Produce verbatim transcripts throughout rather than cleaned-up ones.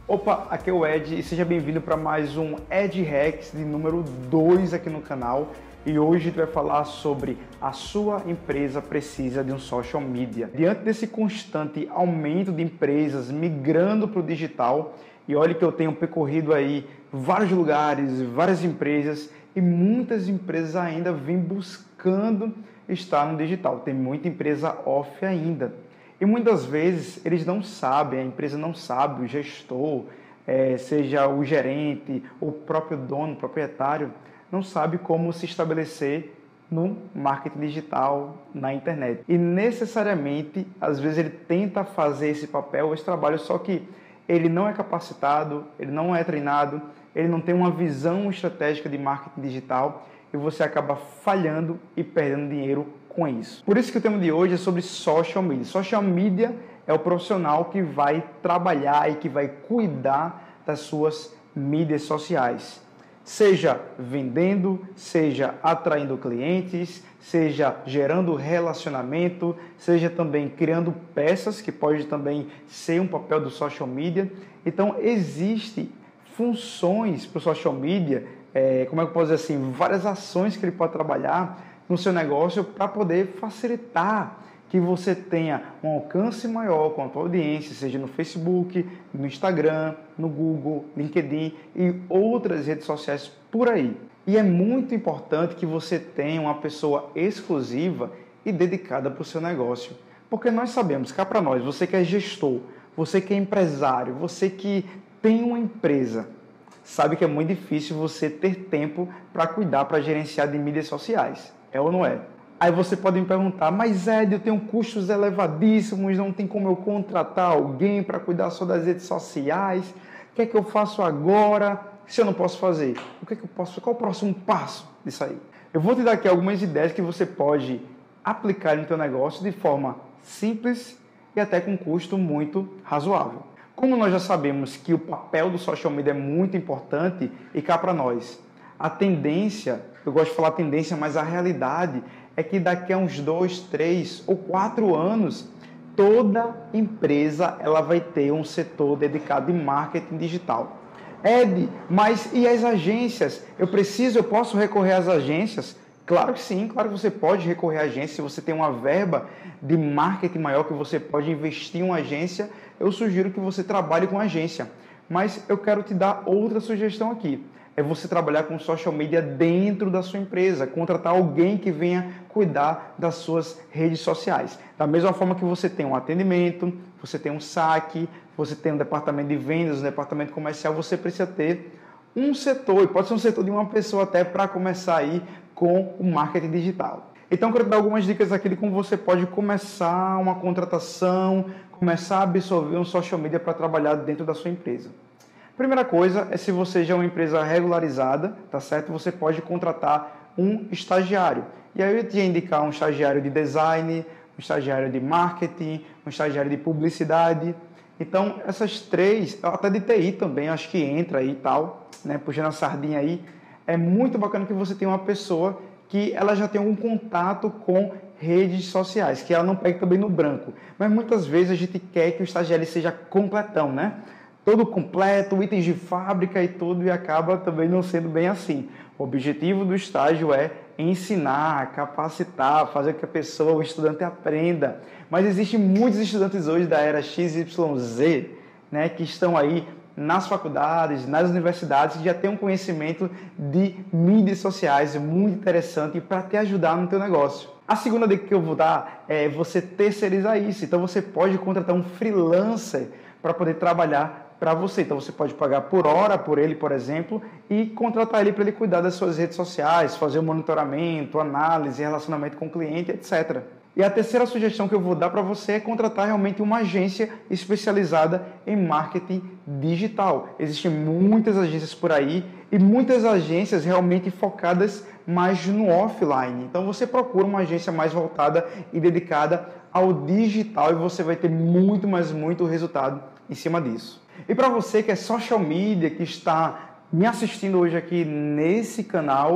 Opa, aqui é o Ed e seja bem-vindo para mais um Ed Hacks de número dois aqui no canal. E hoje a gente vai falar sobre a sua empresa precisa de um social media. Diante desse constante aumento de empresas migrando para o digital, e olha que eu tenho percorrido aí vários lugares, várias empresas, e muitas empresas ainda vêm buscando estar no digital. Tem muita empresa off ainda. E muitas vezes eles não sabem, a empresa não sabe, o gestor, é, seja o gerente, o próprio dono, o proprietário, não sabe como se estabelecer no marketing digital, na internet. E necessariamente, às vezes ele tenta fazer esse papel, esse trabalho, só que ele não é capacitado, ele não é treinado, ele não tem uma visão estratégica de marketing digital e você acaba falhando e perdendo dinheiro com isso. Por isso que o tema de hoje é sobre social media. Social media é o profissional que vai trabalhar e que vai cuidar das suas mídias sociais. Seja vendendo, seja atraindo clientes, seja gerando relacionamento, seja também criando peças, que pode também ser um papel do social media. Então, existem funções para o social media, é, como é que eu posso dizer assim, várias ações que ele pode trabalhar no seu negócio para poder facilitar que você tenha um alcance maior com a tua audiência, seja no Facebook, no Instagram, no Google, LinkedIn e outras redes sociais por aí. E é muito importante que você tenha uma pessoa exclusiva e dedicada para o seu negócio. Porque nós sabemos, cá para nós, você que é gestor, você que é empresário, você que tem uma empresa, sabe que é muito difícil você ter tempo para cuidar, para gerenciar de mídias sociais. É ou não é? Aí você pode me perguntar, mas Ed, eu tenho custos elevadíssimos, não tem como eu contratar alguém para cuidar só das redes sociais? O que é que eu faço agora? Se eu não posso fazer, o que é que eu posso? Qual é o próximo passo disso aí? Eu vou te dar aqui algumas ideias que você pode aplicar no teu negócio de forma simples e até com custo muito razoável. Como nós já sabemos que o papel do social media é muito importante e cá para nós, a tendência, eu gosto de falar tendência, mas a realidade é que daqui a uns dois, três ou quatro anos, toda empresa ela vai ter um setor dedicado em marketing digital. Ed, mas e as agências? Eu preciso, eu posso recorrer às agências? Claro que sim, claro que você pode recorrer à agência. Se você tem uma verba de marketing maior que você pode investir em uma agência, eu sugiro que você trabalhe com agência. Mas eu quero te dar outra sugestão aqui. É você trabalhar com social media dentro da sua empresa, contratar alguém que venha cuidar das suas redes sociais. Da mesma forma que você tem um atendimento, você tem um saque, você tem um departamento de vendas, um departamento comercial, você precisa ter um setor, e pode ser um setor de uma pessoa até para começar aí com o marketing digital. Então, eu quero dar algumas dicas aqui de como você pode começar uma contratação, começar a absorver um social media para trabalhar dentro da sua empresa. Primeira coisa é, se você já é uma empresa regularizada, tá certo? Você pode contratar um estagiário. E aí eu te ia indicar um estagiário de design, um estagiário de marketing, um estagiário de publicidade. Então, essas três, até de T I também, acho que entra aí e tal, né? Puxando a sardinha aí. É muito bacana que você tenha uma pessoa que ela já tem algum contato com redes sociais, que ela não pegue também no branco. Mas muitas vezes a gente quer que o estagiário seja completão, né? Todo completo, itens de fábrica e tudo, e acaba também não sendo bem assim. O objetivo do estágio é ensinar, capacitar, fazer com que a pessoa, o estudante aprenda. Mas existem muitos estudantes hoje da era X Y Z, né, que estão aí nas faculdades, nas universidades, que já têm um conhecimento de mídias sociais muito interessante para te ajudar no teu negócio. A segunda dica que eu vou dar é você terceirizar isso. Então você pode contratar um freelancer para poder trabalhar para você. Então você pode pagar por hora por ele, por exemplo, e contratar ele para ele cuidar das suas redes sociais, fazer o monitoramento, análise, relacionamento com o cliente, etcétera. E a terceira sugestão que eu vou dar para você é contratar realmente uma agência especializada em marketing digital. Existem muitas agências por aí e muitas agências realmente focadas mais no offline. Então você procura uma agência mais voltada e dedicada ao digital e você vai ter muito, mas muito resultado em cima disso. E para você que é social media, que está me assistindo hoje aqui nesse canal,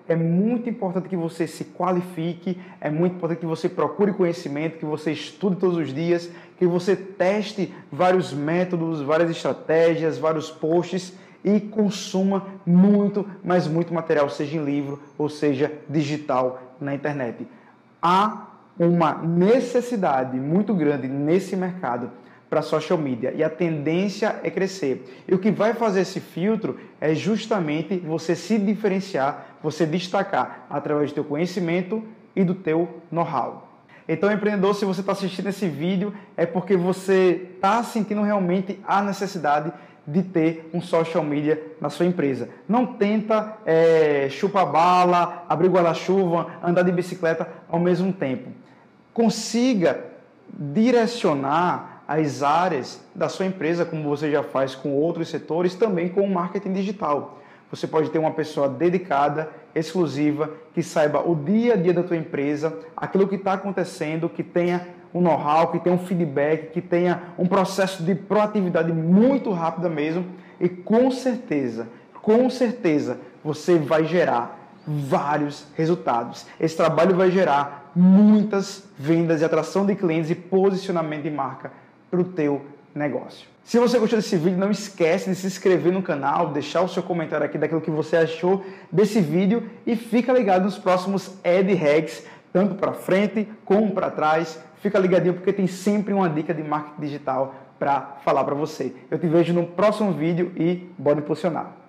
é muito importante que você se qualifique, é muito importante que você procure conhecimento, que você estude todos os dias, que você teste vários métodos, várias estratégias, vários posts e consuma muito, mas muito material, seja em livro ou seja digital na internet. Há uma necessidade muito grande nesse mercado para social media e a tendência é crescer. E o que vai fazer esse filtro é justamente você se diferenciar, você destacar através do teu conhecimento e do teu know-how. Então, empreendedor, se você está assistindo esse vídeo, é porque você está sentindo realmente a necessidade de ter um social media na sua empresa. Não tenta é, chupar bala, abrir guarda-chuva, andar de bicicleta ao mesmo tempo. Consiga direcionar as áreas da sua empresa, como você já faz com outros setores, também com o marketing digital. Você pode ter uma pessoa dedicada, exclusiva, que saiba o dia a dia da tua empresa, aquilo que está acontecendo, que tenha um know-how, que tenha um feedback, que tenha um processo de proatividade muito rápida mesmo. E com certeza, com certeza, você vai gerar vários resultados. Esse trabalho vai gerar muitas vendas e atração de clientes e posicionamento de marca para o teu negócio. Se você gostou desse vídeo, não esquece de se inscrever no canal, deixar o seu comentário aqui daquilo que você achou desse vídeo e fica ligado nos próximos Ad Hacks, tanto para frente como para trás. Fica ligadinho porque tem sempre uma dica de marketing digital para falar para você. Eu te vejo no próximo vídeo e bora impulsionar.